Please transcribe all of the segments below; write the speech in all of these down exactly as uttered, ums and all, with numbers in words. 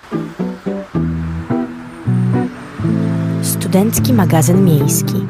Studencki magazyn miejski.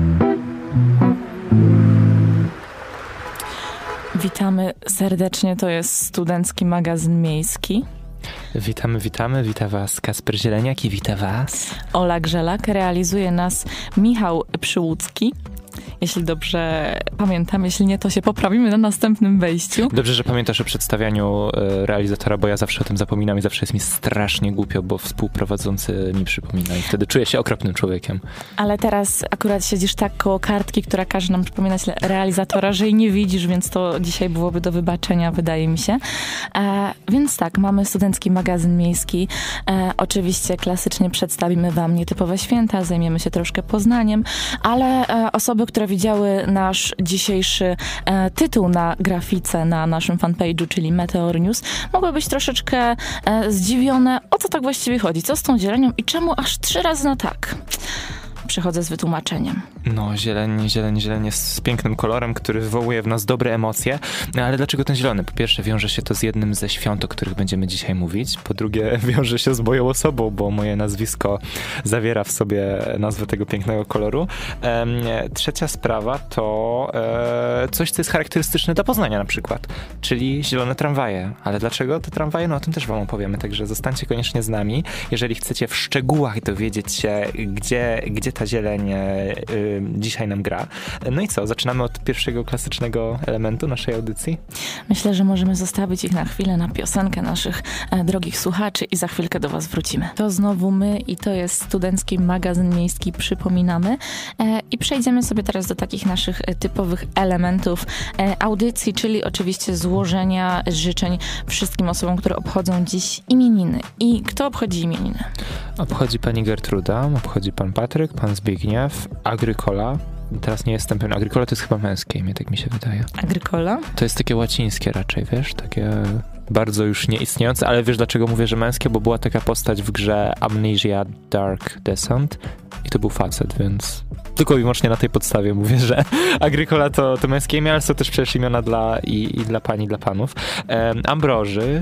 Witamy serdecznie, to jest Studencki magazyn miejski. Witamy, witamy, wita was Kasper Zieleniak i wita was Ola Grzelak, realizuje nas Michał Przyłódzki. Jeśli dobrze pamiętam, jeśli nie, to się poprawimy na następnym wejściu. Dobrze, że pamiętasz o przedstawianiu e, realizatora, bo ja zawsze o tym zapominam i zawsze jest mi strasznie głupio, bo współprowadzący mi przypomina i wtedy czuję się okropnym człowiekiem. Ale teraz akurat siedzisz tak koło kartki, która każe nam przypominać realizatora, że jej nie widzisz, więc to dzisiaj byłoby do wybaczenia, wydaje mi się. E, więc tak, mamy Studencki magazyn miejski. E, oczywiście klasycznie przedstawimy wam nietypowe święta, zajmiemy się troszkę Poznaniem, ale e, osoby, które widziały nasz dzisiejszy e, tytuł na grafice na naszym fanpage'u, czyli Meteor News, mogły być troszeczkę e, zdziwione, o co tak właściwie chodzi, co z tą zielenią i czemu aż trzy razy na tak. Przechodzę z wytłumaczeniem. No, zieleń, zieleń, zieleń jest z pięknym kolorem, który wywołuje w nas dobre emocje. No, ale dlaczego ten zielony? Po pierwsze, wiąże się to z jednym ze świąt, o których będziemy dzisiaj mówić. Po drugie, wiąże się z moją osobą, bo moje nazwisko zawiera w sobie nazwę tego pięknego koloru. Ehm, trzecia sprawa to e, coś, co jest charakterystyczne dla Poznania na przykład, czyli zielone tramwaje. Ale dlaczego te tramwaje? No o tym też wam opowiemy, także zostańcie koniecznie z nami. Jeżeli chcecie w szczegółach dowiedzieć się, gdzie, gdzie ta zieleń e, y, dzisiaj nam gra. No i co? Zaczynamy od pierwszego klasycznego elementu naszej audycji? Myślę, że możemy zostawić ich na chwilę na piosenkę naszych e, drogich słuchaczy i za chwilkę do was wrócimy. To znowu my i to jest Studencki magazyn miejski, przypominamy. E, I przejdziemy sobie teraz do takich naszych e, typowych elementów e, audycji, czyli oczywiście złożenia życzeń wszystkim osobom, które obchodzą dziś imieniny. I kto obchodzi imieniny? Obchodzi pani Gertruda, obchodzi pan Patryk, pan Zbigniew, Agrykola. Teraz nie jestem pewien. Agrykola to jest chyba męskie imię, tak mi się wydaje. Agrykola? To jest takie łacińskie raczej, wiesz? Takie bardzo już nieistniejące, ale wiesz dlaczego mówię, że męskie? Bo była taka postać w grze Amnesia Dark Descent i to był facet, więc tylko i wyłącznie na tej podstawie mówię, że Agrykola to, to męskie imię, ale są też przecież imiona dla, i, i dla pań, i dla panów. Um, Ambroży,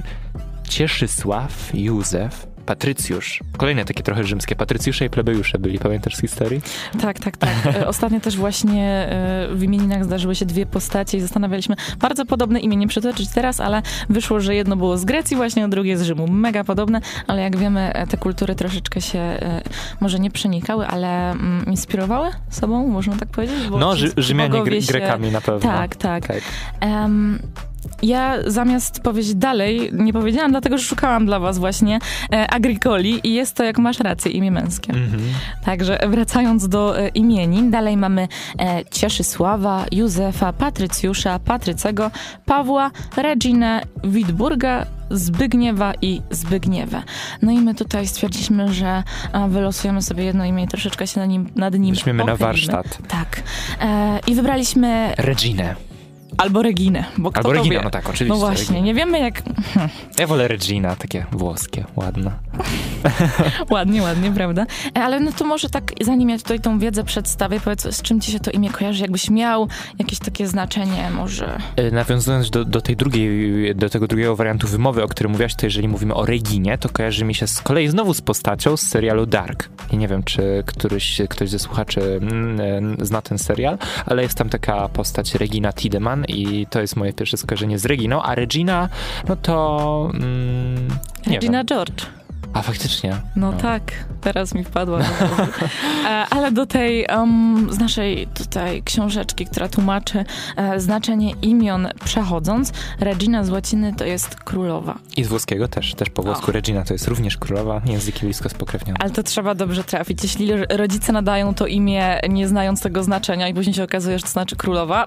Cieszysław, Józef, Patrycjusz. Kolejne takie trochę rzymskie. Patrycjusze i plebejusze byli, pamiętasz z historii? Tak, tak, tak. Ostatnio też właśnie w imieninach zdarzyły się dwie postacie i zastanawialiśmy, bardzo podobne imię, nie przytoczyć teraz, ale wyszło, że jedno było z Grecji właśnie, a drugie z Rzymu. Mega podobne, ale jak wiemy, te kultury troszeczkę się może nie przenikały, ale inspirowały sobą, można tak powiedzieć? Bo no, Rzy- Rzymianie gre- się... Grekami na pewno. Tak, tak. tak. Um, Ja zamiast powiedzieć dalej, nie powiedziałam, dlatego że szukałam dla was właśnie e, Agrykoli i jest to, jak masz rację, imię męskie. Mm-hmm. Także wracając do e, imienin, dalej mamy e, Cieszysława, Józefa, Patrycjusza, Patrycego, Pawła, Reginę, Witburga, Zbygniewa i Zbygniewę. No i my tutaj stwierdziliśmy, że a, wylosujemy sobie jedno imię i troszeczkę się na nim, nad nim Weźmiemy na warsztat. Tak. E, I wybraliśmy... Reginę. Albo Reginę, bo kto Albo to Regina, wie? no tak, oczywiście. No właśnie, Regina. Nie wiemy jak... Hm. Ja wolę Regina, takie włoskie, ładne. ładnie, ładnie, prawda? Ale no to może tak, zanim ja tutaj tą wiedzę przedstawię, powiedz, z czym ci się to imię kojarzy? Jakbyś miał jakieś takie znaczenie może? Nawiązując do, do tej drugiej, do tego drugiego wariantu wymowy, o którym mówiłaś, to jeżeli mówimy o Reginie, to kojarzy mi się z kolei znowu z postacią z serialu Dark. I nie wiem, czy któryś, ktoś ze słuchaczy zna ten serial, ale jest tam taka postać Regina Tiedemann i to jest moje pierwsze skojarzenie z Reginą, a Regina, no to... Mm, nie Regina wiem. George. A faktycznie. No, no tak, teraz mi wpadła. Ale do tej, um, z naszej tutaj książeczki, która tłumaczy e, znaczenie imion przechodząc, Regina z łaciny to jest królowa. I z włoskiego też, też po włosku o. Regina to jest również królowa, języki blisko spokrewnione. Ale to trzeba dobrze trafić. Jeśli rodzice nadają to imię, nie znając tego znaczenia i później się okazuje, że to znaczy królowa,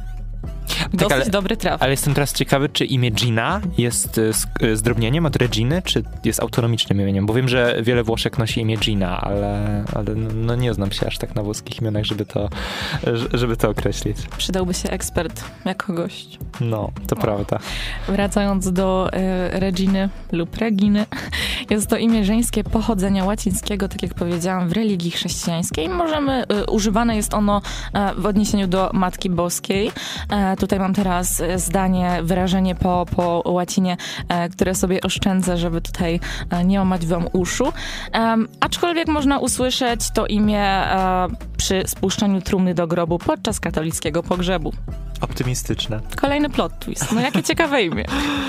dosyć tak, ale, dobry traf. Ale jestem teraz ciekawy, czy imię Gina jest zdrobnieniem od Reginy, czy jest autonomicznym imieniem? Bo wiem, że wiele Włoszek nosi imię Gina, ale, ale no nie znam się aż tak na włoskich imionach, żeby to, żeby to określić. Przydałby się ekspert jako gość. No, to no. prawda. Wracając do e, Reginy lub Reginy, jest to imię żeńskie pochodzenia łacińskiego, tak jak powiedziałam, w religii chrześcijańskiej. Możemy, e, używane jest ono e, w odniesieniu do Matki Boskiej. E, tutaj mam teraz zdanie, wyrażenie po, po łacinie, e, które sobie oszczędzę, żeby tutaj e, nie łamać wam uszu. E, aczkolwiek można usłyszeć to imię e, przy spuszczaniu trumny do grobu podczas katolickiego pogrzebu. Optymistyczne. Kolejny plot twist. No jakie ciekawe imię.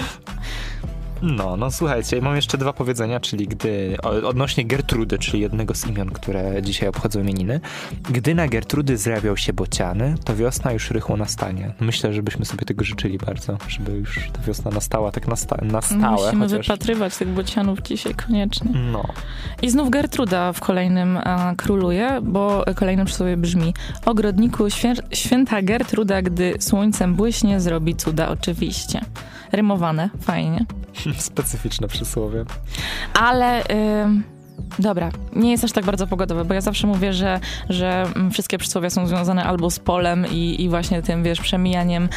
No, no słuchajcie, mam jeszcze dwa powiedzenia, czyli gdy, odnośnie Gertrudy, czyli jednego z imion, które dzisiaj obchodzą imieniny. Gdy na Gertrudy zjawiał się bociany, to wiosna już rychło nastanie. Myślę, żebyśmy sobie tego życzyli bardzo, żeby już ta wiosna nastała tak na, sta- na stałe. Musimy chociaż... wypatrywać tych bocianów dzisiaj koniecznie. No. I znów Gertruda w kolejnym a, króluje, bo kolejne przysłowie brzmi: ogrodniku świę- święta Gertruda, gdy słońcem błyśnie, zrobi cuda oczywiście. Rymowane, fajnie. Specyficzne przysłowie. Ale... Ym... Dobra, nie jest aż tak bardzo pogodowe, bo ja zawsze mówię, że, że wszystkie przysłowia są związane albo z polem i, i właśnie tym, wiesz, przemijaniem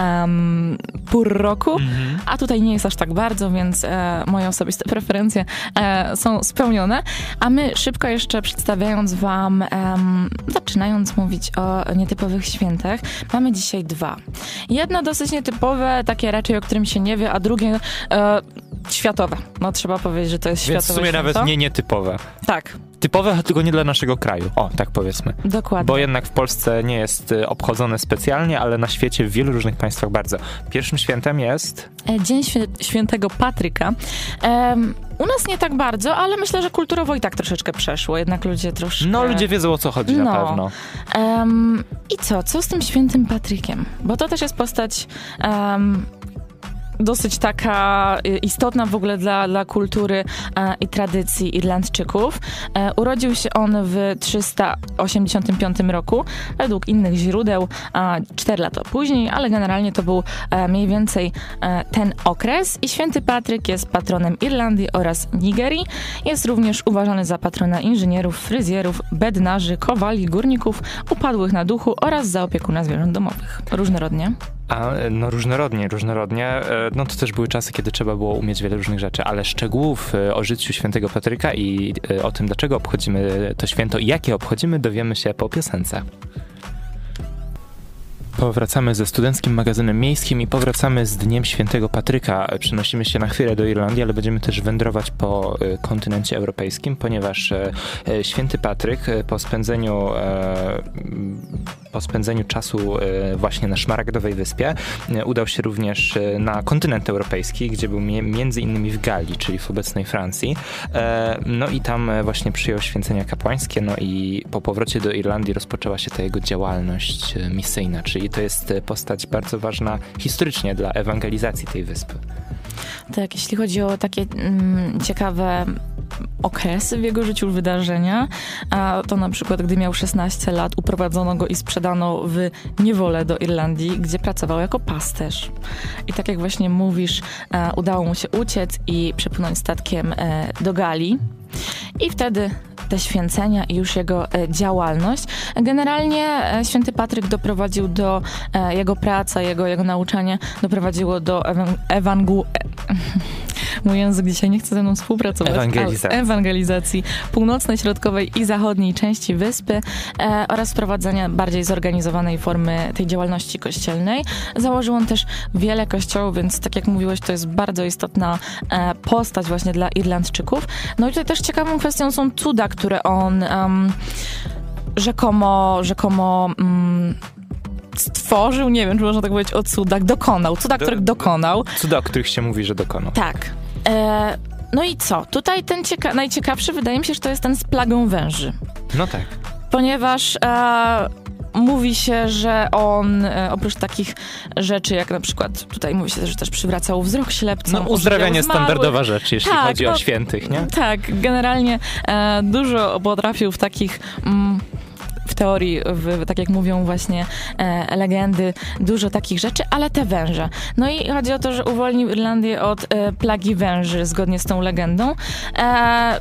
um, pór roku, mm-hmm. a tutaj nie jest aż tak bardzo, więc e, moje osobiste preferencje e, są spełnione. A my szybko jeszcze przedstawiając wam, um, zaczynając mówić o nietypowych świętach, mamy dzisiaj dwa. Jedno dosyć nietypowe, takie raczej, o którym się nie wie, a drugie e, światowe. No trzeba powiedzieć, że to jest Więc światowe w sumie święto. nawet nie nietypowe. Tak. Typowe, tylko nie dla naszego kraju. O, tak powiedzmy. Dokładnie. Bo jednak w Polsce nie jest obchodzone specjalnie, ale na świecie w wielu różnych państwach bardzo. Pierwszym świętem jest... Dzień Świę- Świętego Patryka. Um, u nas nie tak bardzo, ale myślę, że kulturowo i tak troszeczkę przeszło. Jednak ludzie troszkę... No, ludzie wiedzą, o co chodzi no. na pewno. Um, I co? Co z tym Świętym Patrykiem? Bo to też jest postać... Um, dosyć taka istotna w ogóle dla, dla kultury e, i tradycji Irlandczyków. E, urodził się on w trzysta osiemdziesiątym piątym roku, według innych źródeł, a cztery lata później, ale generalnie to był e, mniej więcej e, ten okres. I święty Patryk jest patronem Irlandii oraz Nigerii. Jest również uważany za patrona inżynierów, fryzjerów, bednarzy, kowali, górników, upadłych na duchu oraz za opiekuna zwierząt domowych. Różnorodnie. A, no różnorodnie, różnorodnie. No to też były czasy, kiedy trzeba było umieć wiele różnych rzeczy, ale szczegółów o życiu świętego Patryka i o tym, dlaczego obchodzimy to święto i jakie obchodzimy, dowiemy się po piosence. Powracamy ze Studenckim Magazynem Miejskim i powracamy z Dniem Świętego Patryka. Przenosimy się na chwilę do Irlandii, ale będziemy też wędrować po kontynencie europejskim, ponieważ Święty Patryk po spędzeniu, po spędzeniu czasu właśnie na Szmaragdowej Wyspie udał się również na kontynent europejski, gdzie był między innymi w Galii, czyli w obecnej Francji. No i tam właśnie przyjął święcenia kapłańskie, no i po powrocie do Irlandii rozpoczęła się ta jego działalność misyjna, czyli to jest postać bardzo ważna historycznie dla ewangelizacji tej wyspy. Tak, jeśli chodzi o takie mm, ciekawe okresy w jego życiu, wydarzenia, a to na przykład, gdy miał szesnaście lat, uprowadzono go i sprzedano w niewolę do Irlandii, gdzie pracował jako pasterz. I tak jak właśnie mówisz, e, udało mu się uciec i przepłynąć statkiem e, do Galii. I wtedy te święcenia i już jego e, działalność. Generalnie e, święty Patryk doprowadził do, e, jego praca, jego, jego nauczanie doprowadziło do ewan- ewangu... E, mój język dzisiaj nie chce ze mną współpracować. Ewangelizacji. Ewangelizacji północnej, środkowej i zachodniej części wyspy e, oraz wprowadzania bardziej zorganizowanej formy tej działalności kościelnej. Założył on też wiele kościołów, więc tak jak mówiłeś, to jest bardzo istotna e, postać właśnie dla Irlandczyków. No i tutaj też ciekawą kwestią są cuda, które on um, rzekomo, rzekomo um, stworzył, nie wiem, czy można tak powiedzieć o cudach, dokonał. Cuda, Do, których dokonał. Cuda, o których się mówi, że dokonał. Tak. E, no i co? Tutaj ten cieka- najciekawszy wydaje mi się, że to jest ten z plagą węży. No tak. Ponieważ e, mówi się, że on e, oprócz takich rzeczy, jak na przykład tutaj mówi się, że też przywracał wzrok ślepcom. No uzdrawianie zmarłych. standardowa rzecz, jeśli tak, chodzi no, o świętych, nie? Tak, generalnie e, dużo potrafił w takich... Mm, w teorii, w, tak jak mówią właśnie e, legendy, dużo takich rzeczy, ale te węże. No i chodzi o to, że uwolnił Irlandię od e, plagi węży, zgodnie z tą legendą. E,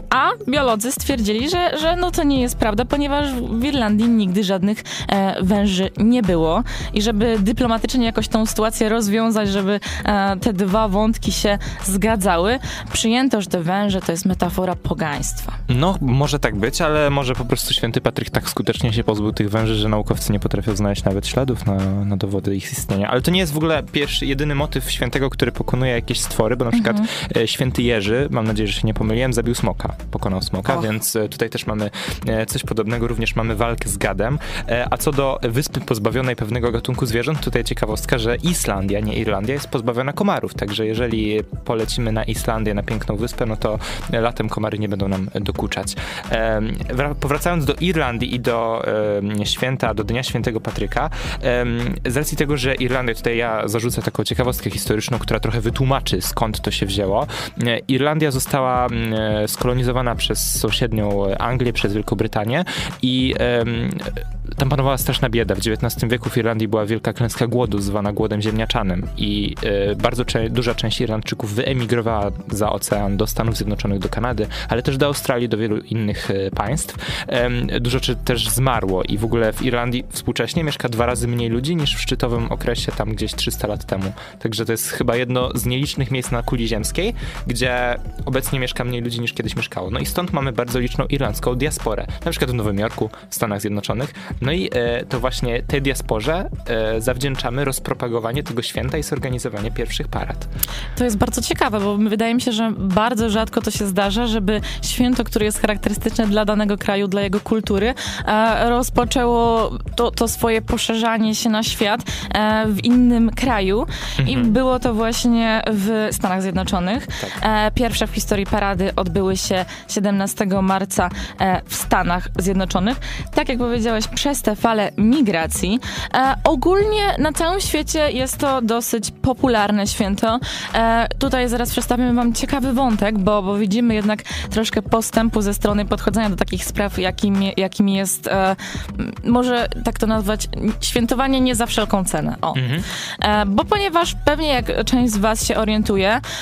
A biolodzy stwierdzili, że, że no to nie jest prawda, ponieważ w Irlandii nigdy żadnych e, węży nie było i żeby dyplomatycznie jakoś tą sytuację rozwiązać, żeby e, te dwa wątki się zgadzały, przyjęto, że te węże to jest metafora pogaństwa. No, może tak być, ale może po prostu święty Patryk tak skutecznie się pozbył tych węży, że naukowcy nie potrafią znaleźć nawet śladów na, na dowody ich istnienia. Ale to nie jest w ogóle pierwszy, jedyny motyw świętego, który pokonuje jakieś stwory, bo na przykład mhm. święty Jerzy, mam nadzieję, że się nie pomyliłem, zabił smoka, pokonał smoka, Och. więc tutaj też mamy coś podobnego, również mamy walkę z gadem. A co do wyspy pozbawionej pewnego gatunku zwierząt, tutaj ciekawostka, że Islandia, nie Irlandia, jest pozbawiona komarów, także jeżeli polecimy na Islandię, na piękną wyspę, no to latem komary nie będą nam dokuczać. Powracając do Irlandii i do święta, do Dnia Świętego Patryka, z racji tego, że Irlandia, tutaj ja zarzucę taką ciekawostkę historyczną, która trochę wytłumaczy, skąd to się wzięło. Irlandia została skolonizowana przez sąsiednią Anglię, przez Wielką Brytanię i tam panowała straszna bieda. W dziewiętnastym wieku w Irlandii była wielka klęska głodu, zwana głodem ziemniaczanym i e, bardzo cze- duża część Irlandczyków wyemigrowała za ocean do Stanów Zjednoczonych, do Kanady, ale też do Australii, do wielu innych e, państw. E, dużo czy też zmarło i w ogóle w Irlandii współcześnie mieszka dwa razy mniej ludzi niż w szczytowym okresie tam gdzieś trzysta lat temu. Także to jest chyba jedno z nielicznych miejsc na kuli ziemskiej, gdzie obecnie mieszka mniej ludzi niż kiedyś mieszkało. No i stąd mamy bardzo liczną irlandzką diasporę. Na przykład w Nowym Jorku, w Stanach Zjednoczonych. No i e, to właśnie tej diasporze e, zawdzięczamy rozpropagowanie tego święta i zorganizowanie pierwszych parad. To jest bardzo ciekawe, bo wydaje mi się, że bardzo rzadko to się zdarza, żeby święto, które jest charakterystyczne dla danego kraju, dla jego kultury, e, rozpoczęło to, to swoje poszerzanie się na świat e, w innym kraju. Mhm. I było to właśnie w Stanach Zjednoczonych. Tak. E, pierwsze w historii parady odbyły się siedemnastego marca e, w Stanach Zjednoczonych. Tak jak powiedziałeś, przez te fale migracji. E, ogólnie na całym świecie jest to dosyć popularne święto. E, tutaj zaraz przedstawimy wam ciekawy wątek, bo, bo widzimy jednak troszkę postępu ze strony podchodzenia do takich spraw, jakim, jakim jest, e, może tak to nazwać, świętowanie nie za wszelką cenę. O. Mhm. E, bo ponieważ pewnie jak część z was się orientuje, e,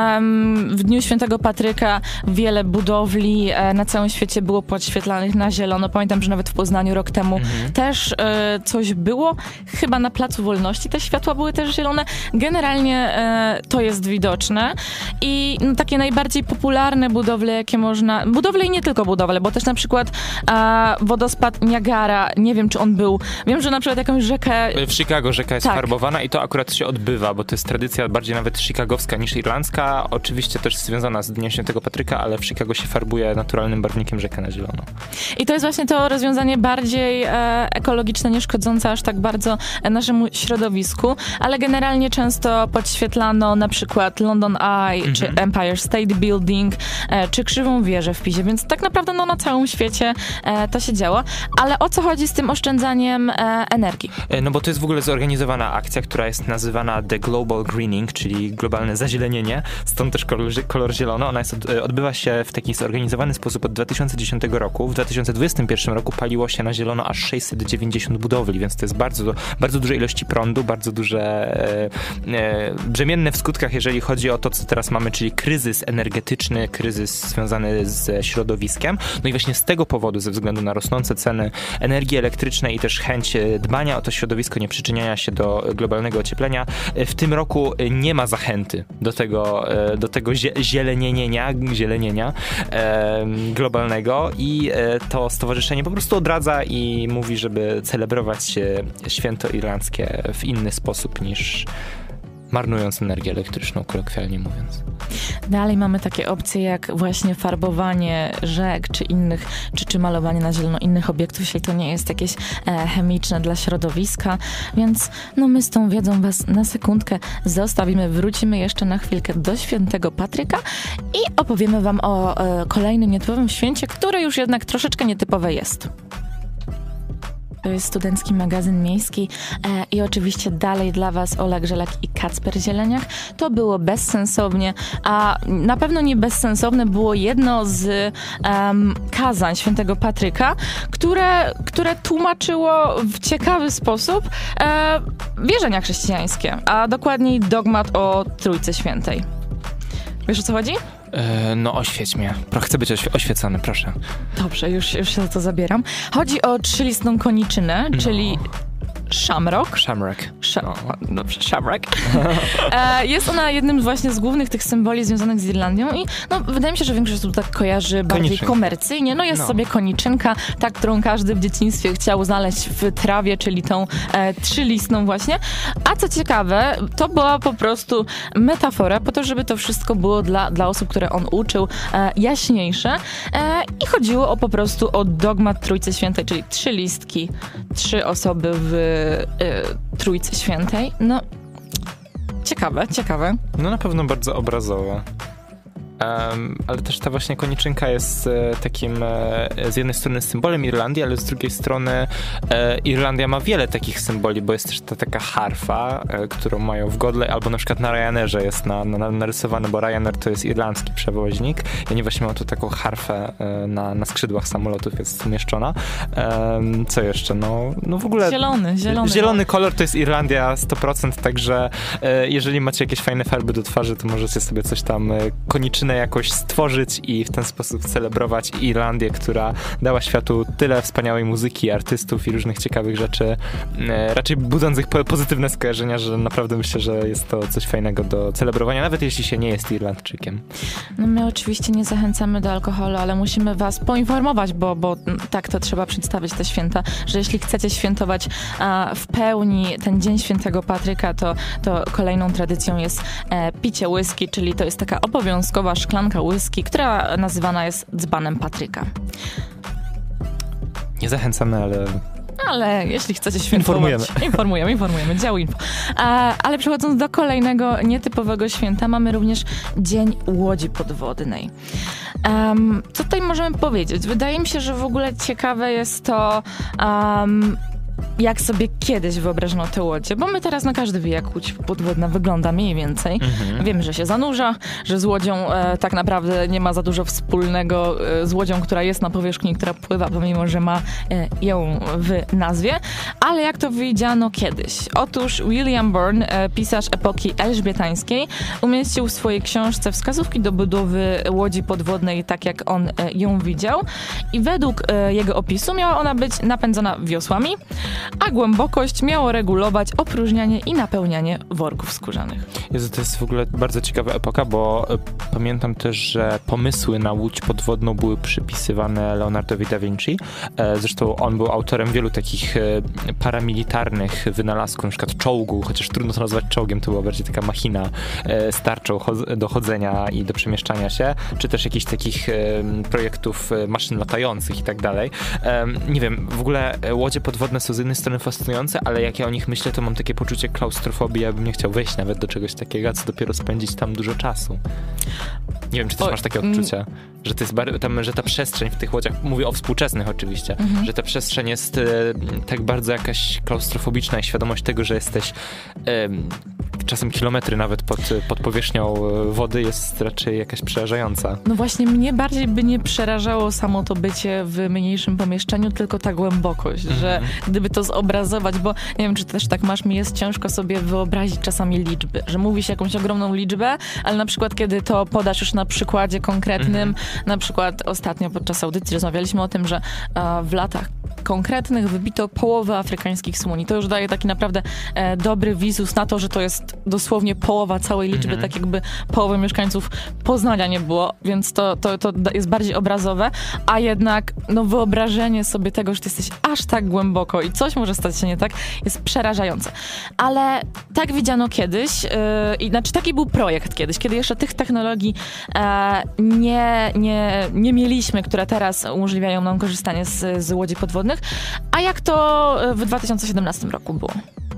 w Dniu Świętego Patryka wiele budowli e, na całym świecie było podświetlanych na zielono. Pamiętam, że nawet w Poznaniu rok temu mhm. też e, coś było. Chyba na Placu Wolności te światła były też zielone. Generalnie e, to jest widoczne. I no, takie najbardziej popularne budowle, jakie można... Budowle i nie tylko budowle, bo też na przykład e, wodospad Niagara, nie wiem, czy on był... Wiem, że na przykład jakąś rzekę... W Chicago rzeka jest tak. farbowana i to akurat się odbywa, bo to jest tradycja bardziej nawet chicagowska niż irlandzka. Oczywiście też związana z Dniem Świętego Patryka, ale w Chicago się farbuje naturalnym barwnikiem rzekę na zielono. I to jest właśnie to rozwiązanie bardziej e, ekologiczne, nie szkodzące aż tak bardzo naszemu środowisku, ale generalnie często podświetlano na przykład London Eye, mm-hmm. czy Empire State Building, e, czy Krzywą Wieżę w Pizie, więc tak naprawdę no, na całym świecie e, to się działo. Ale o co chodzi z tym oszczędzaniem e, energii? No bo to jest w ogóle zorganizowana akcja, która jest nazywana The Global Greening, czyli globalne zazielenienie, stąd też kolor, kolor zielono. Ona jest, odbywa się w taki zorganizowany sposób od dwa tysiące dziesiątego roku. W dwa tysiące dwudziestym pierwszym roku paliło się na zielono aż sześćset dziewięćdziesiąt budowli, więc to jest bardzo, bardzo duże ilości prądu, bardzo duże e, e, brzemienne w skutkach, jeżeli chodzi o to, co teraz mamy, czyli kryzys energetyczny, kryzys związany ze środowiskiem. No i właśnie z tego powodu, ze względu na rosnące ceny energii elektrycznej i też chęć dbania o to środowisko, nie przyczyniania się do globalnego ocieplenia, w tym roku nie ma zachęty do tego, do tego zielenienia, zielenienia e, globalnego i e, to stowarzyszenie po prostu odradza i mówi, żeby celebrować święto irlandzkie w inny sposób niż marnując energię elektryczną, kolokwialnie mówiąc. Dalej mamy takie opcje jak właśnie farbowanie rzek, czy innych, czy, czy malowanie na zielono innych obiektów, jeśli to nie jest jakieś e, chemiczne dla środowiska, więc no my z tą wiedzą was na sekundkę zostawimy, wrócimy jeszcze na chwilkę do Świętego Patryka i opowiemy wam o e, kolejnym nietypowym święcie, które już jednak troszeczkę nietypowe jest. To jest Studencki Magazyn Miejski e, i oczywiście dalej dla was Ola Grzelak i Kacper Zieleniak. To było bezsensownie, a na pewno nie bezsensowne było jedno z um, kazań Świętego Patryka, które, które tłumaczyło w ciekawy sposób e, wierzenia chrześcijańskie, a dokładniej dogmat o Trójcy Świętej. Wiesz, o co chodzi? E, no oświeć mnie. Pro, chcę być oświe- oświecony, proszę. Dobrze, już, już się za to zabieram. Chodzi o trzylistną koniczynę, No. czyli shamrock. Shamrock. Sz- o, dobrze, shamrock. E, jest ona jednym właśnie z głównych tych symboli związanych z Irlandią i no, wydaje mi się, że większość osób tak kojarzy bardziej Koniczynka. komercyjnie. No jest No. sobie koniczynka, ta, którą każdy w dzieciństwie chciał znaleźć w trawie, czyli tą e, trzylistną właśnie. A co ciekawe, to była po prostu metafora po to, żeby to wszystko było dla, dla osób, które on uczył, e, jaśniejsze. E, I chodziło o po prostu o dogmat Trójcy Świętej, czyli trzy listki, trzy osoby w e, Trójcy Świętej. No, ciekawe, ciekawe. No na pewno bardzo obrazowe. Um, ale też ta właśnie koniczynka jest e, takim e, z jednej strony symbolem Irlandii, ale z drugiej strony e, Irlandia ma wiele takich symboli, bo jest też ta taka harfa, e, którą mają w godle, albo na przykład na Ryanerze jest na, na, narysowane, bo Ryanair to jest irlandzki przewoźnik i oni właśnie mają tu taką harfę e, na, na skrzydłach samolotów jest umieszczona. E, co jeszcze? No, no w ogóle... Zielony, zielony. Zielony kolor to jest Irlandia sto procent, także e, jeżeli macie jakieś fajne farby do twarzy, to możecie sobie coś tam e, koniczynę jakoś stworzyć i w ten sposób celebrować Irlandię, która dała światu tyle wspaniałej muzyki, artystów i różnych ciekawych rzeczy, e, raczej budzących po, pozytywne skojarzenia, że naprawdę myślę, że jest to coś fajnego do celebrowania, nawet jeśli się nie jest Irlandczykiem. No my oczywiście nie zachęcamy do alkoholu, ale musimy was poinformować, bo, bo tak to trzeba przedstawić te święta, że jeśli chcecie świętować a, w pełni ten Dzień Świętego Patryka, to, to kolejną tradycją jest e, picie whisky, czyli to jest taka obowiązkowa szklanka whisky, która nazywana jest dzbanem Patryka. Nie zachęcamy, ale... Ale jeśli chcecie świętować... Informujemy. Informujemy, informujemy. Dział info. A, ale przechodząc do kolejnego nietypowego święta, mamy również Dzień Łodzi Podwodnej. Um, co tutaj możemy powiedzieć? Wydaje mi się, że w ogóle ciekawe jest to... Um, jak sobie kiedyś wyobrażano te łodzie, bo my teraz no każdy wie, jak łódź podwodna wygląda mniej więcej. Mhm. Wiemy, że się zanurza, że z łodzią e, tak naprawdę nie ma za dużo wspólnego e, z łodzią, która jest na powierzchni, która pływa, pomimo, że ma e, ją w nazwie. Ale jak to widziano kiedyś? Otóż William Burn, e, pisarz epoki elżbietańskiej, umieścił w swojej książce wskazówki do budowy łodzi podwodnej, tak jak on e, ją widział. I według e, jego opisu miała ona być napędzana wiosłami, a głębokość miało regulować opróżnianie i napełnianie worków skórzanych. Jezu, to jest w ogóle bardzo ciekawa epoka, bo e, pamiętam też, że pomysły na łódź podwodną były przypisywane Leonardowi da Vinci. E, zresztą on był autorem wielu takich e, paramilitarnych wynalazków, na przykład czołgu, chociaż trudno to nazwać czołgiem, to była bardziej taka machina e, z tarczą cho- do chodzenia i do przemieszczania się, czy też jakichś takich e, projektów e, maszyn latających i tak dalej. E, nie wiem, w ogóle e, łodzie podwodne są z jednej strony fascynujące, ale jak ja o nich myślę, to mam takie poczucie klaustrofobii, ja bym nie chciał wejść nawet do czegoś takiego, a co dopiero spędzić tam dużo czasu. Nie wiem, czy też o, masz takie mm. odczucia, że to jest bar- tam, że ta przestrzeń w tych łodziach, mówię o współczesnych oczywiście, mhm. że ta przestrzeń jest e, tak bardzo jakaś klaustrofobiczna i świadomość tego, że jesteś e, czasem kilometry nawet pod, pod powierzchnią wody jest raczej jakaś przerażająca. No właśnie, mnie bardziej by nie przerażało samo to bycie w mniejszym pomieszczeniu, tylko ta głębokość, mm. że gdyby to zobrazować, bo nie wiem, czy też tak masz, mi jest ciężko sobie wyobrazić czasami liczby, że mówi się jakąś ogromną liczbę, ale na przykład kiedy to podasz już na przykładzie konkretnym, mm. na przykład ostatnio podczas audycji rozmawialiśmy o tym, że a, w latach konkretnych wybito połowę afrykańskich słoni. To już daje taki naprawdę e, dobry wizus na to, że to jest dosłownie połowa całej liczby, mm-hmm. tak jakby połowy mieszkańców Poznania nie było, więc to, to, to jest bardziej obrazowe, a jednak no, wyobrażenie sobie tego, że ty jesteś aż tak głęboko i coś może stać się nie tak, jest przerażające. Ale tak widziano kiedyś, yy, i znaczy taki był projekt kiedyś, kiedy jeszcze tych technologii e, nie, nie, nie mieliśmy, które teraz umożliwiają nam korzystanie z, z łodzi podwodnych. A jak to w dwa tysiące siedemnastym roku było?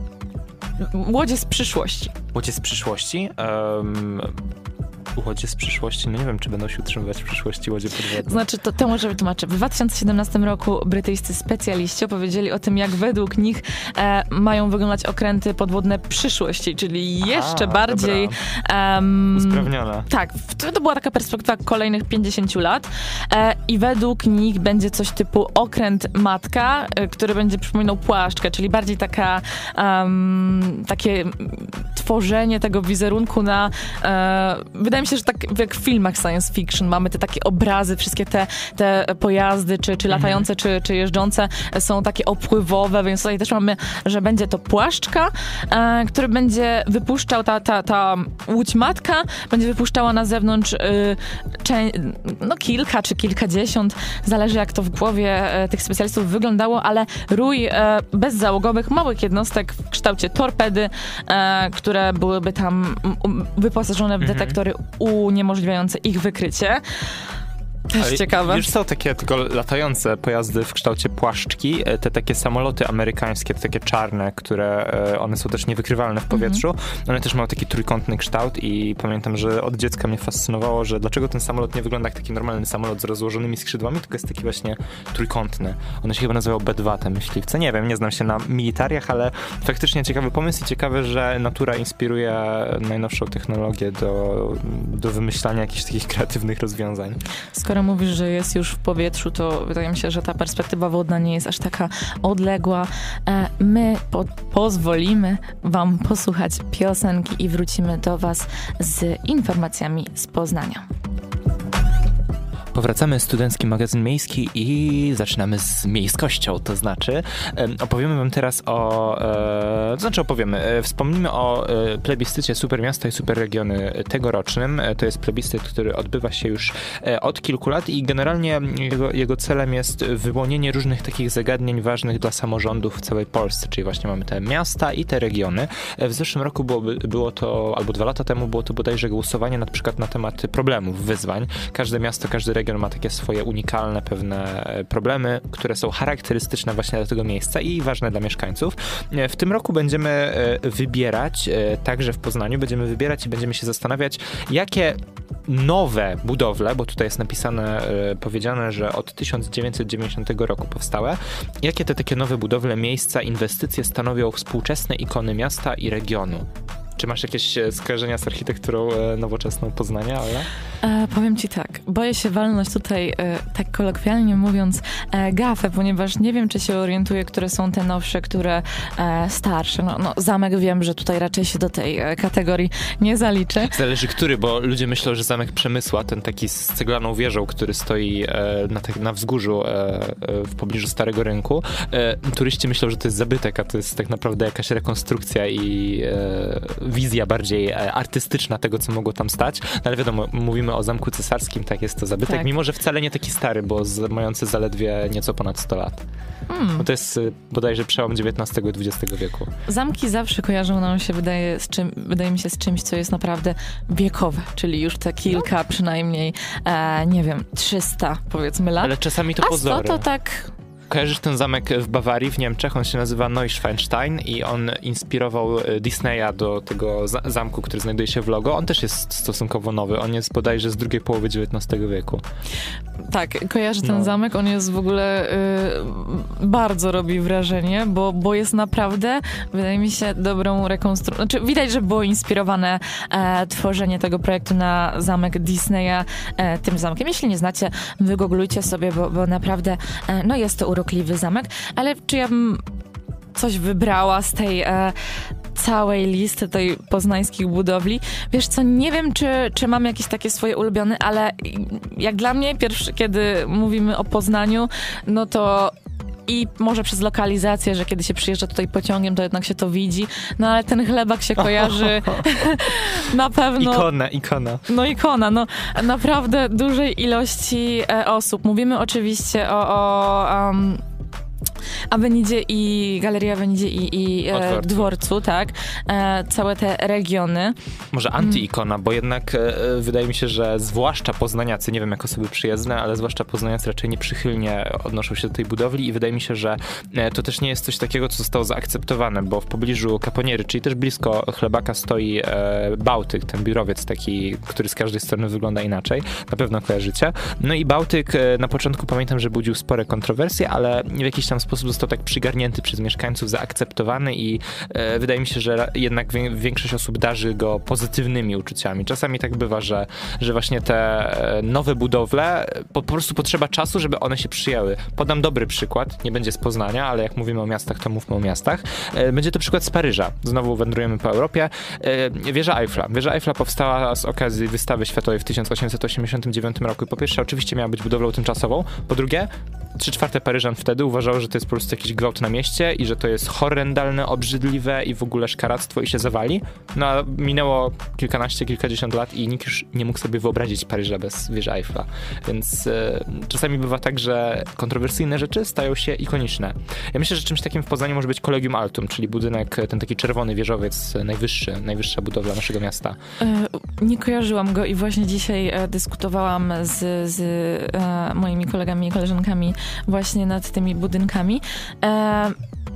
Łodzie z przyszłości. Łodzie z przyszłości? Um, łodzie z przyszłości? No nie wiem, czy będą się utrzymywać w przyszłości łodzie podwodne. Znaczy, to, to może wytłumaczę. W dwa tysiące siedemnastym roku brytyjscy specjaliści opowiedzieli o tym, jak według nich e, mają wyglądać okręty podwodne przyszłości, czyli jeszcze Aha, bardziej... Um, usprawnione. Tak, to była taka perspektywa kolejnych pięćdziesięciu lat e, i według nich będzie coś typu okręt matka, e, który będzie przypominał płaszczkę, czyli bardziej taka um, takie tworzenie tego wizerunku na... E, wydaje mi się, że tak jak w filmach science fiction mamy te takie obrazy, wszystkie te, te pojazdy, czy, czy latające, mhm. czy, czy jeżdżące są takie opływowe, więc tutaj też mamy, że będzie to płaszczka, e, który będzie wypuszczał, ta, ta, ta łódź matka będzie wypuszczała na zewnątrz e, cze- no kilka czy kilkadziesiąt, zależy jak to w głowie e, tych specjalistów wyglądało, ale rój e, bezzałogowych, małych jednostek w kształcie torpedy, e, które byłyby tam um, wyposażone w mhm. detektory uniemożliwiające ich wykrycie. Też Ale ciekawe. Już są takie tylko latające pojazdy w kształcie płaszczki, te takie samoloty amerykańskie, te takie czarne, które one są też niewykrywalne w powietrzu. Mm-hmm. One też mają taki trójkątny kształt i pamiętam, że od dziecka mnie fascynowało, że dlaczego ten samolot nie wygląda jak taki normalny samolot z rozłożonymi skrzydłami, tylko jest taki właśnie trójkątny. One się chyba nazywają B dwa, te myśliwce. Nie wiem, nie znam się na militariach, ale faktycznie ciekawy pomysł i ciekawe, że natura inspiruje najnowszą technologię do, do wymyślania jakichś takich kreatywnych rozwiązań. Skoro mówisz, że jest już w powietrzu, to wydaje mi się, że ta perspektywa wodna nie jest aż taka odległa. My po- pozwolimy wam posłuchać piosenki i wrócimy do was z informacjami z Poznania. Powracamy, Studencki Magazyn Miejski i zaczynamy z miejskością, to znaczy um, opowiemy wam teraz o, e, to znaczy opowiemy, e, wspomnimy o e, plebiscycie Supermiasta i Superregiony tegorocznym. E, to jest plebiscyt, który odbywa się już e, od kilku lat i generalnie jego, jego celem jest wyłonienie różnych takich zagadnień ważnych dla samorządów w całej Polsce, czyli właśnie mamy te miasta i te regiony. E, w zeszłym roku byłoby, było to, albo dwa lata temu było to bodajże głosowanie na przykład na temat problemów, wyzwań. Każde miasto, każdy region ma takie swoje unikalne pewne problemy, które są charakterystyczne właśnie dla tego miejsca i ważne dla mieszkańców. W tym roku będziemy wybierać, także w Poznaniu, będziemy wybierać i będziemy się zastanawiać, jakie nowe budowle, bo tutaj jest napisane, powiedziane, że od tysiąc dziewięćset dziewięćdziesiątego roku powstałe, jakie te takie nowe budowle, miejsca, inwestycje stanowią współczesne ikony miasta i regionu. Czy masz jakieś skojarzenia z architekturą e, nowoczesną Poznania, ale? E, powiem ci tak, boję się walnąć tutaj, e, tak kolokwialnie mówiąc, e, gafę, ponieważ nie wiem, czy się orientuję, które są te nowsze, które e, starsze. No, no, zamek wiem, że tutaj raczej się do tej e, kategorii nie zaliczy. Zależy który, bo ludzie myślą, że zamek Przemysła, ten taki z ceglaną wieżą, który stoi e, na, te, na wzgórzu e, e, w pobliżu Starego Rynku. E, turyści myślą, że to jest zabytek, a to jest tak naprawdę jakaś rekonstrukcja i e, wizja bardziej artystyczna tego, co mogło tam stać. No ale wiadomo, mówimy o Zamku Cesarskim, tak jest to zabytek, tak. Mimo że wcale nie taki stary, bo z, mający zaledwie nieco ponad sto lat. Hmm. No to jest bodajże przełom dziewiętnastego i dwudziestego wieku. Zamki zawsze kojarzą nam się, wydaje, z czym, wydaje mi się, z czymś, co jest naprawdę wiekowe, czyli już te kilka no. przynajmniej, e, nie wiem, trzysta powiedzmy lat. Ale czasami to A pozory. sto to tak... Kojarzysz ten zamek w Bawarii, w Niemczech? On się nazywa Neuschwanstein i on inspirował Disneya do tego za- zamku, który znajduje się w logo. On też jest stosunkowo nowy. On jest bodajże z drugiej połowy dziewiętnastego wieku. Tak, kojarzę ten no. zamek. On jest w ogóle y, bardzo robi wrażenie, bo, bo jest naprawdę, wydaje mi się, dobrą rekonstrukcją. Znaczy, widać, że było inspirowane e, tworzenie tego projektu na zamek Disneya e, tym zamkiem. Jeśli nie znacie, wygooglujcie sobie, bo, bo naprawdę e, no jest to urokliwy zamek, ale czy ja bym coś wybrała z tej e, całej listy tej poznańskich budowli? Wiesz co, nie wiem, czy, czy mam jakieś takie swoje ulubione, ale jak dla mnie, pierwszy, kiedy mówimy o Poznaniu, no to i może przez lokalizację, że kiedy się przyjeżdża tutaj pociągiem, to jednak się to widzi, no ale ten chlebak się kojarzy na pewno... Ikona, ikona. No ikona, no naprawdę dużej ilości e, osób. Mówimy oczywiście o, o um, Awenidzie i Galerii Awenidzie i, i e, Dworcu, tak? E, całe te regiony. Może antyikona, bo jednak e, wydaje mi się, że zwłaszcza poznaniacy, nie wiem jak osoby przyjezdne, ale zwłaszcza poznaniacy raczej nieprzychylnie odnoszą się do tej budowli i wydaje mi się, że e, to też nie jest coś takiego, co zostało zaakceptowane, bo w pobliżu Kaponiery, czyli też blisko Chlebaka stoi e, Bałtyk, ten biurowiec taki, który z każdej strony wygląda inaczej. Na pewno kojarzycie. No i Bałtyk e, na początku pamiętam, że budził spore kontrowersje, ale w jakiś tam sposób sposób został tak przygarnięty przez mieszkańców, zaakceptowany i e, wydaje mi się, że jednak wie, większość osób darzy go pozytywnymi uczuciami. Czasami tak bywa, że, że właśnie te nowe budowle, po, po prostu potrzeba czasu, żeby one się przyjęły. Podam dobry przykład, nie będzie z Poznania, ale jak mówimy o miastach, to mówmy o miastach. E, będzie to przykład z Paryża. Znowu wędrujemy po Europie. E, Wieża Eiffla. Wieża Eiffla powstała z okazji wystawy światowej w tysiąc osiemset osiemdziesiątym dziewiątym roku. I po pierwsze, oczywiście miała być budowlą tymczasową. Po drugie, trzy czwarte Paryżan wtedy uważało, że to jest po prostu jakiś gwałt na mieście i że to jest horrendalne, obrzydliwe i w ogóle szkaractwo i się zawali. No a minęło kilkanaście, kilkadziesiąt lat i nikt już nie mógł sobie wyobrazić Paryża bez wieży Eiffla. Więc e, czasami bywa tak, że kontrowersyjne rzeczy stają się ikoniczne. Ja myślę, że czymś takim w Poznaniu może być Collegium Altum, czyli budynek, ten taki czerwony wieżowiec, najwyższy, najwyższa budowla naszego miasta. E, nie kojarzyłam go i właśnie dzisiaj e, dyskutowałam z, z e, moimi kolegami i koleżankami właśnie nad tymi budynkami. E,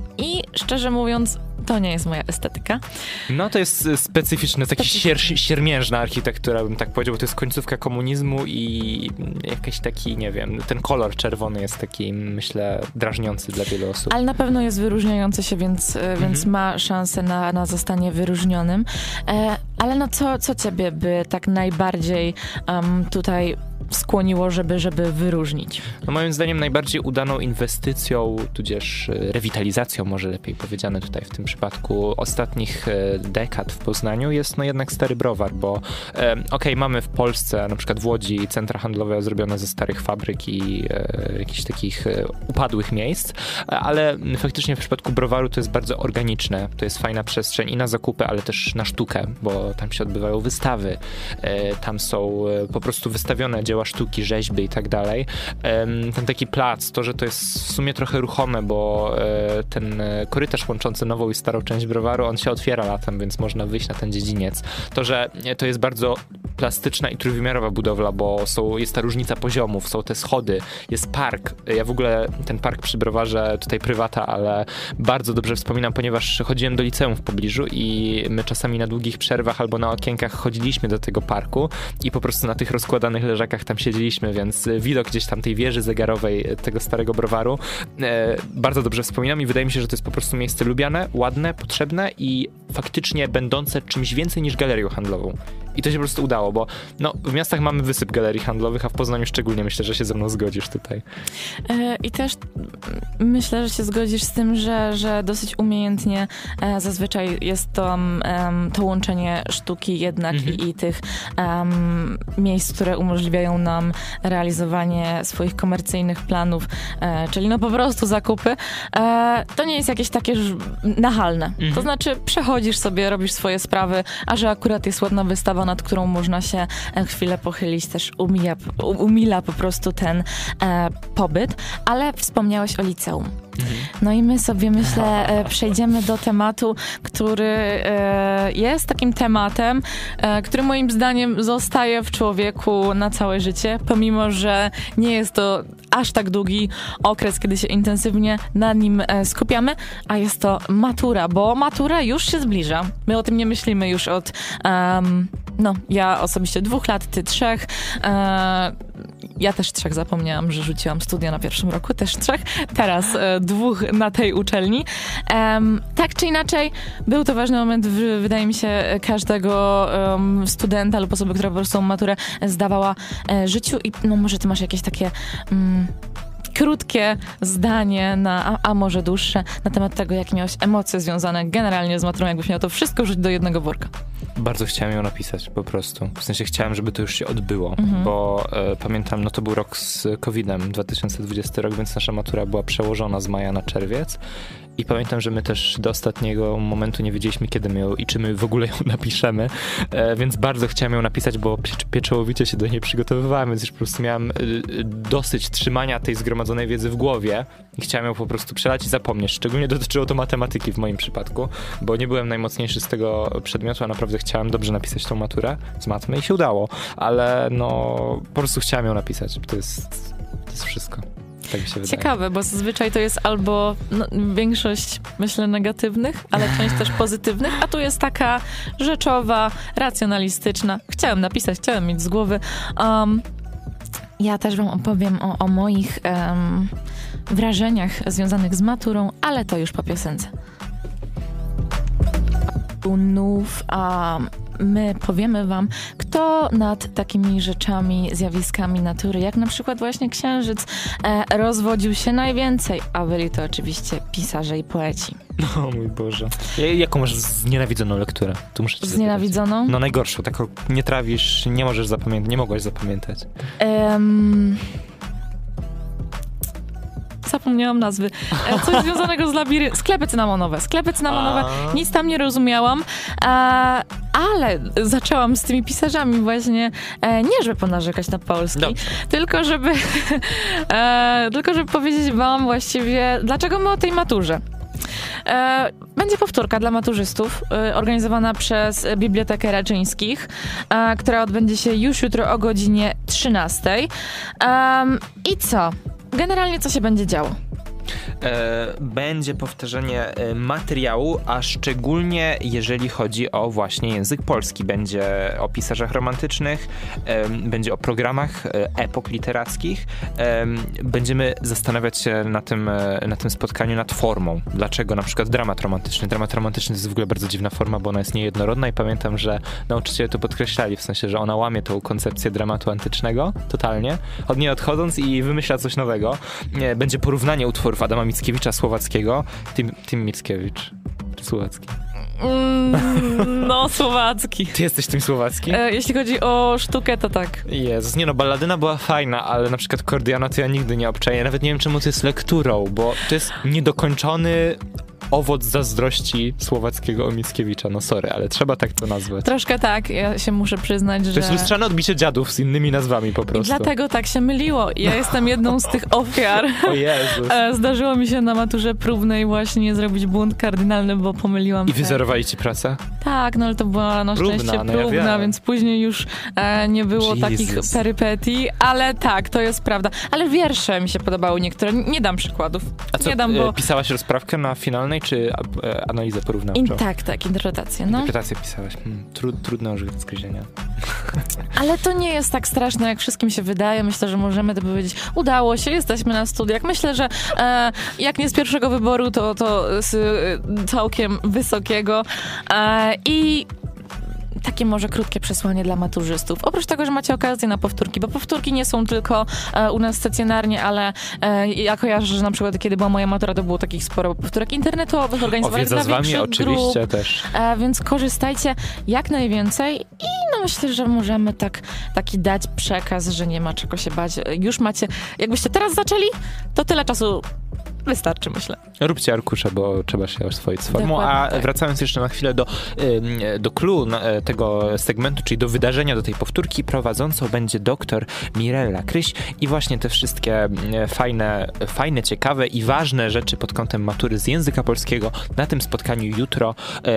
I szczerze mówiąc, to nie jest moja estetyka. No to jest specyficzne, taki sier, siermiężna architektura, bym tak powiedział, bo to jest końcówka komunizmu i jakiś taki, nie wiem, ten kolor czerwony jest taki, myślę, drażniący dla wielu osób. Ale na pewno jest wyróżniający się, więc, mhm. więc ma szansę na, na zostanie wyróżnionym. E, ale no co, co ciebie by tak najbardziej um, tutaj skłoniło, żeby, żeby wyróżnić? No moim zdaniem najbardziej udaną inwestycją, tudzież rewitalizacją, może lepiej powiedziane tutaj w tym przypadku, ostatnich dekad w Poznaniu jest no jednak Stary Browar, bo e, okej, okay, mamy w Polsce, na przykład w Łodzi, centra handlowe zrobione ze starych fabryk i e, jakichś takich e, upadłych miejsc, ale faktycznie w przypadku browaru to jest bardzo organiczne, to jest fajna przestrzeń i na zakupy, ale też na sztukę, bo tam się odbywają wystawy, e, tam są e, po prostu wystawione dzieła sztuki, rzeźby i tak dalej. Ten taki plac, to, że to jest w sumie trochę ruchome, bo ten korytarz łączący nową i starą część browaru, on się otwiera latem, więc można wyjść na ten dziedziniec. To, że to jest bardzo plastyczna i trójwymiarowa budowla, bo są, jest ta różnica poziomów, są te schody, jest park. Ja w ogóle ten park przy browarze, tutaj prywata, ale bardzo dobrze wspominam, ponieważ chodziłem do liceum w pobliżu i my czasami na długich przerwach albo na okienkach chodziliśmy do tego parku i po prostu na tych rozkładanych leżakach tam siedzieliśmy, więc widok gdzieś tam tej wieży zegarowej tego starego browaru e, bardzo dobrze wspominam i wydaje mi się, że to jest po prostu miejsce lubiane, ładne, potrzebne i faktycznie będące czymś więcej niż galerią handlową. I to się po prostu udało, bo no, w miastach mamy wysyp galerii handlowych, a w Poznaniu szczególnie myślę, że się ze mną zgodzisz tutaj. E, I też myślę, że się zgodzisz z tym, że, że dosyć umiejętnie e, zazwyczaj jest to, um, to łączenie sztuki jednak mhm. i, i tych um, miejsc, które umożliwiają nam realizowanie swoich komercyjnych planów, e, czyli no po prostu zakupy. E, to nie jest jakieś takie nachalne. Mhm. To znaczy przechodzisz sobie, robisz swoje sprawy, a że akurat jest ładna wystawa, nad którą można się chwilę pochylić, też umija, umila po prostu ten e, pobyt. Ale wspomniałeś o liceum. Mhm. No i my sobie, myślę, e, przejdziemy do tematu, który e, jest takim tematem, e, który moim zdaniem zostaje w człowieku na całe życie, pomimo że nie jest to aż tak długi okres, kiedy się intensywnie na nim e, skupiamy, a jest to matura, bo matura już się zbliża. My o tym nie myślimy już od um, no, ja osobiście dwóch lat, ty trzech. E, ja też trzech zapomniałam, że rzuciłam studia na pierwszym roku, też trzech. Teraz e, dwóch na tej uczelni. E, tak czy inaczej, był to ważny moment, w, wydaje mi się, każdego um, studenta lub osoby, która po prostu maturę zdawała e, życiu. I no może ty masz jakieś takie... Mm, krótkie zdanie, na, a, a może dłuższe, na temat tego, jakie miałeś emocje związane generalnie z maturą, jakbyś miał to wszystko wrzucić do jednego worka. Bardzo chciałem ją napisać, po prostu. W sensie chciałem, żeby to już się odbyło, mhm. bo e, pamiętam, no to był rok z kowidem, dwa tysiące dwudziesty rok, więc nasza matura była przełożona z maja na czerwiec. I pamiętam, że my też do ostatniego momentu nie wiedzieliśmy, kiedy my ją i czy my w ogóle ją napiszemy, e, więc bardzo chciałem ją napisać, bo pie- pieczołowicie się do niej przygotowywałem, więc już po prostu miałem y, dosyć trzymania tej zgromadzonej wiedzy w głowie i chciałem ją po prostu przelać i zapomnieć. Szczególnie dotyczyło to matematyki w moim przypadku, bo nie byłem najmocniejszy z tego przedmiotu, a naprawdę chciałem dobrze napisać tą maturę z matmy i się udało, ale no po prostu chciałem ją napisać. To jest, to jest wszystko. Tak mi się wydaje. Ciekawe, bo zazwyczaj to jest albo no, większość, myślę, negatywnych, ale część też pozytywnych, a tu jest taka rzeczowa, racjonalistyczna. Chciałem napisać, chciałem mieć z głowy. Um, Ja też wam opowiem o, o moich um, wrażeniach związanych z maturą, ale to już po piosence. Nów, a my powiemy wam, kto nad takimi rzeczami, zjawiskami natury, jak na przykład właśnie księżyc, e, rozwodził się najwięcej, a byli to oczywiście pisarze i poeci. O mój Boże. Jaką masz znienawidzoną lekturę? Tu muszę cię Znienawidzoną? zapytać. No najgorszą, taką nie trawisz, nie możesz zapamiętać, nie mogłaś zapamiętać. Um... Zapomniałam nazwy. E, coś związanego z labiryntem. Sklepy cynamonowe. Sklepy cynamonowe. A... Nic tam nie rozumiałam, e, ale zaczęłam z tymi pisarzami właśnie e, nie żeby ponarzekać na polski, Dobrze. tylko żeby e, tylko żeby powiedzieć wam właściwie, dlaczego my o tej maturze. E, będzie powtórka dla maturzystów e, organizowana przez Bibliotekę Raczyńskich, e, która odbędzie się już jutro o godzinie trzynastej. E, I co? Generalnie co się będzie działo? E, będzie powtarzanie e, materiału, a szczególnie jeżeli chodzi o właśnie język polski. Będzie o pisarzach romantycznych, e, będzie o programach e, epok literackich. E, będziemy zastanawiać się na tym, e, na tym spotkaniu nad formą. Dlaczego na przykład dramat romantyczny. Dramat romantyczny to jest w ogóle bardzo dziwna forma, bo ona jest niejednorodna i pamiętam, że nauczyciele to podkreślali, w sensie, że ona łamie tą koncepcję dramatu antycznego, totalnie, od niej odchodząc i wymyśla coś nowego. E, będzie porównanie utworów Adama Mickiewicza Słowackiego. Tym, tym Mickiewicz. Czy Słowacki? Mm, no, Słowacki. Ty jesteś tym Słowacki? E, jeśli chodzi o sztukę, to tak. Jezus, nie no, balladyna była fajna, ale na przykład Kordiana to ja nigdy nie obczaję. Nawet nie wiem, czemu to jest lekturą, bo to jest niedokończony owoc zazdrości Słowackiego o Mickiewicza. No sorry, ale trzeba tak to nazwać. Troszkę tak, ja się muszę przyznać, że... To jest lustrzane odbicie dziadów z innymi nazwami po prostu. I dlatego tak się myliło. Ja jestem jedną z tych ofiar. O Jezus. Zdarzyło mi się na maturze próbnej właśnie zrobić błąd kardynalny, bo pomyliłam. I wyzerowali ci pracę? Tak, no ale to była na szczęście próbna, no próbna, ja więc później już e, nie było Jesus. takich perypetii, ale tak, to jest prawda. Ale wiersze mi się podobały niektóre. Nie dam przykładów. A co, nie dam, bo... pisałaś rozprawkę na finalnej, czy e, analizę porównawczą? In, tak, tak, interpretację. No. Interpretację pisałaś. Hmm, trud, trudne orzechy do zgryzienia. Ale to nie jest tak straszne, jak wszystkim się wydaje. Myślę, że możemy to powiedzieć. Udało się, jesteśmy na studiach. Myślę, że e, jak nie z pierwszego wyboru, to, to z e, całkiem wysokiego. E, I takie może krótkie przesłanie dla maturzystów. Oprócz tego, że macie okazję na powtórki, bo powtórki nie są tylko e, u nas stacjonarnie, ale e, ja kojarzę, że na przykład kiedy była moja matura, to było takich sporo powtórek internetowych, organizowanych dla większych grup. Oczywiście też. E, więc korzystajcie jak najwięcej i no myślę, że możemy tak, taki dać przekaz, że nie ma czego się bać. Już macie, jakbyście teraz zaczęli, to tyle czasu wystarczy, myślę. Róbcie arkusze, bo trzeba się oswoić z formą. Dokładnie, a tak. Wracając jeszcze na chwilę do, do clou tego segmentu, czyli do wydarzenia, do tej powtórki, prowadzącą będzie doktor Mirella Kryś i właśnie te wszystkie fajne, fajne, ciekawe i ważne rzeczy pod kątem matury z języka polskiego na tym spotkaniu jutro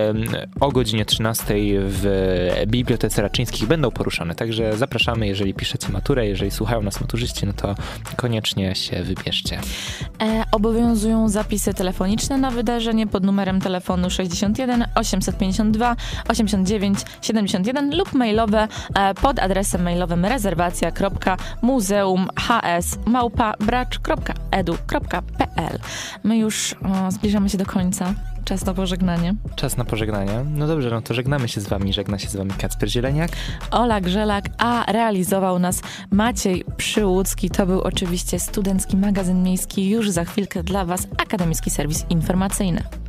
o godzinie trzynastej w Bibliotece Raczyńskich będą poruszane. Także zapraszamy, jeżeli piszecie maturę, jeżeli słuchają nas maturzyści, no to koniecznie się wybierzcie. E, obowiązują zapisy telefoniczne na wydarzenie pod numerem telefonu sześćdziesiąt jeden osiemset pięćdziesiąt dwa osiemdziesiąt dziewięć siedemdziesiąt jeden lub mailowe e, pod adresem mailowym rezerwacja kropka muzeum h s małpa bracz kropka e d u kropka p l. My już o, zbliżamy się do końca. Czas na pożegnanie. Czas na pożegnanie. No dobrze, no to żegnamy się z wami. Żegna się z wami Kacper Zieleniak. Ola Grzelak, a realizował nas Maciej Przyłódzki. To był oczywiście Studencki Magazyn Miejski. Już za chwilkę dla was Akademicki Serwis Informacyjny.